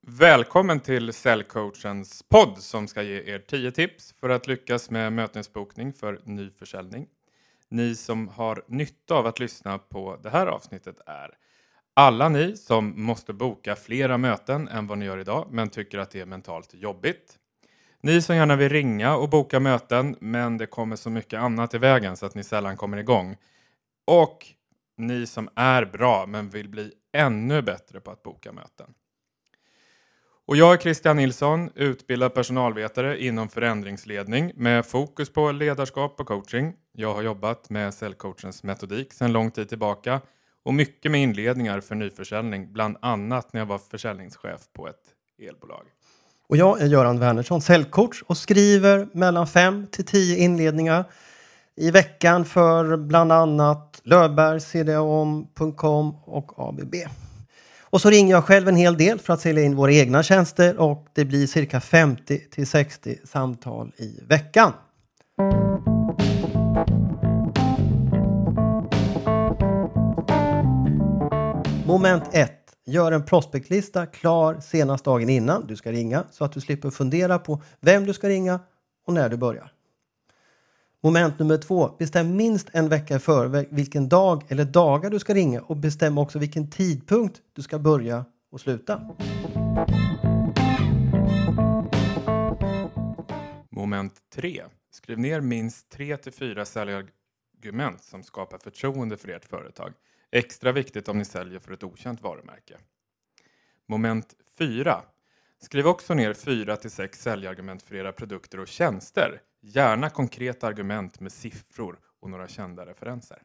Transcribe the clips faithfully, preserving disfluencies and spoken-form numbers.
Välkommen till Säljcoachens podd som ska ge er tio tips för att lyckas med mötesbokning för ny försäljning. Ni som har nytta av att lyssna på det här avsnittet är alla ni som måste boka flera möten än vad ni gör idag men tycker att det är mentalt jobbigt. Ni som gärna vill ringa och boka möten men det kommer så mycket annat i vägen så att ni sällan kommer igång. Och ni som är bra men vill bli ännu bättre på att boka möten. Och jag är Christian Nilsson, utbildad personalvetare inom förändringsledning med fokus på ledarskap och coaching. Jag har jobbat med Säljcoachens metodik sedan lång tid tillbaka och mycket med inledningar för nyförsäljning, bland annat när jag var försäljningschef på ett elbolag. Och jag är Göran Wernersson, säljcoach och skriver mellan fem till tio inledningar i veckan för bland annat Löfberg, c d o m punkt com och A B B. Och så ringer jag själv en hel del för att sälja in våra egna tjänster och det blir cirka femtio till sextio samtal i veckan. Moment ett. Gör en prospektlista klar senast dagen innan du ska ringa så att du slipper fundera på vem du ska ringa och när du börjar. Moment nummer två. Bestäm minst en vecka i förväg vilken dag eller dagar du ska ringa och bestäm också vilken tidpunkt du ska börja och sluta. Moment tre. Skriv ner minst tre till fyra säljargument som skapar förtroende för ert företag. Extra viktigt om ni säljer för ett okänt varumärke. Moment fyra. Skriv också ner fyra till sex säljargument för era produkter och tjänster. Gärna konkreta argument med siffror och några kända referenser.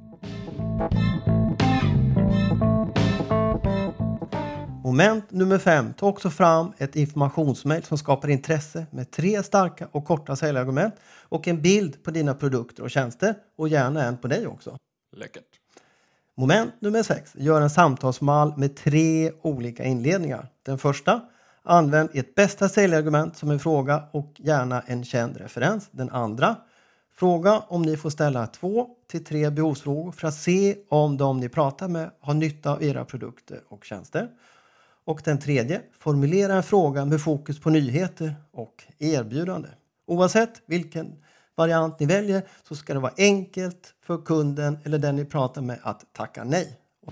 Moment nummer fem. Ta också fram ett informationsmail som skapar intresse med tre starka och korta säljargument och en bild på dina produkter och tjänster och gärna en på dig också. Läckert. Moment nummer sex. Gör en samtalsmall med tre olika inledningar. Den första. Använd ert bästa säljargument som en fråga och gärna en känd referens. Den andra. Fråga om ni får ställa två till tre behovsfrågor för att se om de ni pratar med har nytta av era produkter och tjänster. Och den tredje. Formulera en fråga med fokus på nyheter och erbjudande. Oavsett vilken variant ni väljer så ska det vara enkelt för kunden eller den ni pratar med att tacka nej.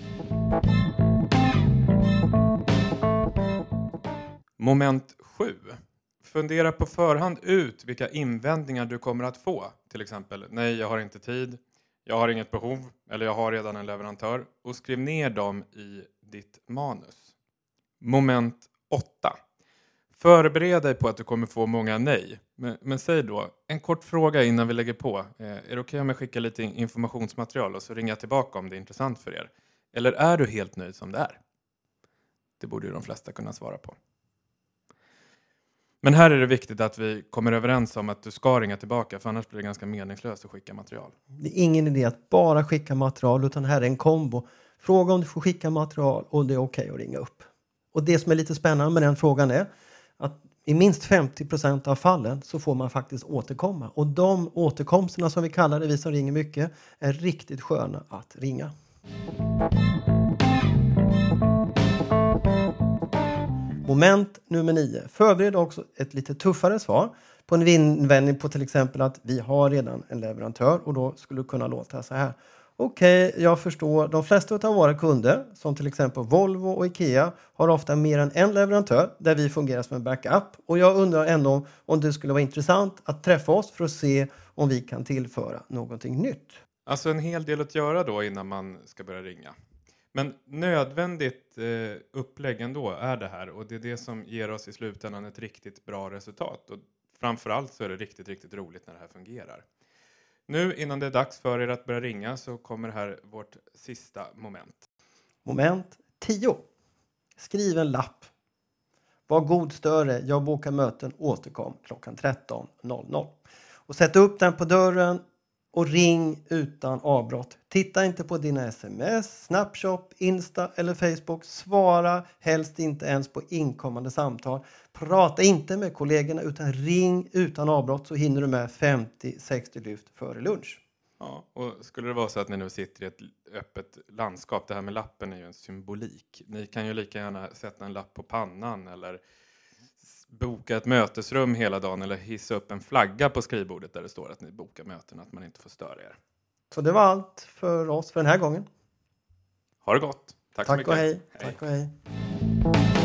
Moment sju. Fundera på förhand ut vilka invändningar du kommer att få. Till exempel, nej jag har inte tid, jag har inget behov eller jag har redan en leverantör. Och skriv ner dem i ditt manus. Moment åtta. Förbered dig på att du kommer få många nej. Men, men säg då, en kort fråga innan vi lägger på. Eh, är det okej om jag skickar lite informationsmaterial och så ringer jag tillbaka om det är intressant för er? Eller är du helt nöjd som det är? Det borde ju de flesta kunna svara på. Men här är det viktigt att vi kommer överens om att du ska ringa tillbaka, för annars blir det ganska meningslöst att skicka material. Det är ingen idé att bara skicka material, utan här är en kombo. Fråga om du får skicka material och det är okej att ringa upp. Och det som är lite spännande med den frågan är att i minst femtio procent av fallen så får man faktiskt återkomma. Och de återkomsterna som vi kallar det, vi som ringer mycket, är riktigt sköna att ringa. Moment nummer nio. Förbered också ett lite tuffare svar på en invändning på till exempel att vi har redan en leverantör och då skulle det kunna låta så här. Okej, okay, jag förstår. De flesta av våra kunder, som till exempel Volvo och Ikea, har ofta mer än en leverantör där vi fungerar som en backup. Och jag undrar ändå om det skulle vara intressant att träffa oss för att se om vi kan tillföra någonting nytt. Alltså en hel del att göra då innan man ska börja ringa. Men nödvändigt eh, upplägg ändå är det här, och det är det som ger oss i slutändan ett riktigt bra resultat. Och framförallt så är det riktigt, riktigt roligt när det här fungerar. Nu innan det är dags för er att börja ringa så kommer här vårt sista moment. Moment tio. Skriv en lapp. Var god större, jag bokar möten, återkom klockan tretton noll noll. Och sätt upp den på dörren och ring utan avbrott. Titta inte på dina sms, Snapchat, Insta eller Facebook. Svara helst inte ens på inkommande samtal. Prata inte med kollegorna utan ring utan avbrott så hinner du med femtio till sextio lyft före lunch. Ja, och skulle det vara så att ni nu sitter i ett öppet landskap, det här med lappen är ju en symbolik. Ni kan ju lika gärna sätta en lapp på pannan eller boka ett mötesrum hela dagen eller hissa upp en flagga på skrivbordet där det står att ni bokar möten, att man inte får störa er. Så det var allt för oss för den här gången. Ha det gott. Tack, Tack så mycket. och hej. Hej. Tack och hej.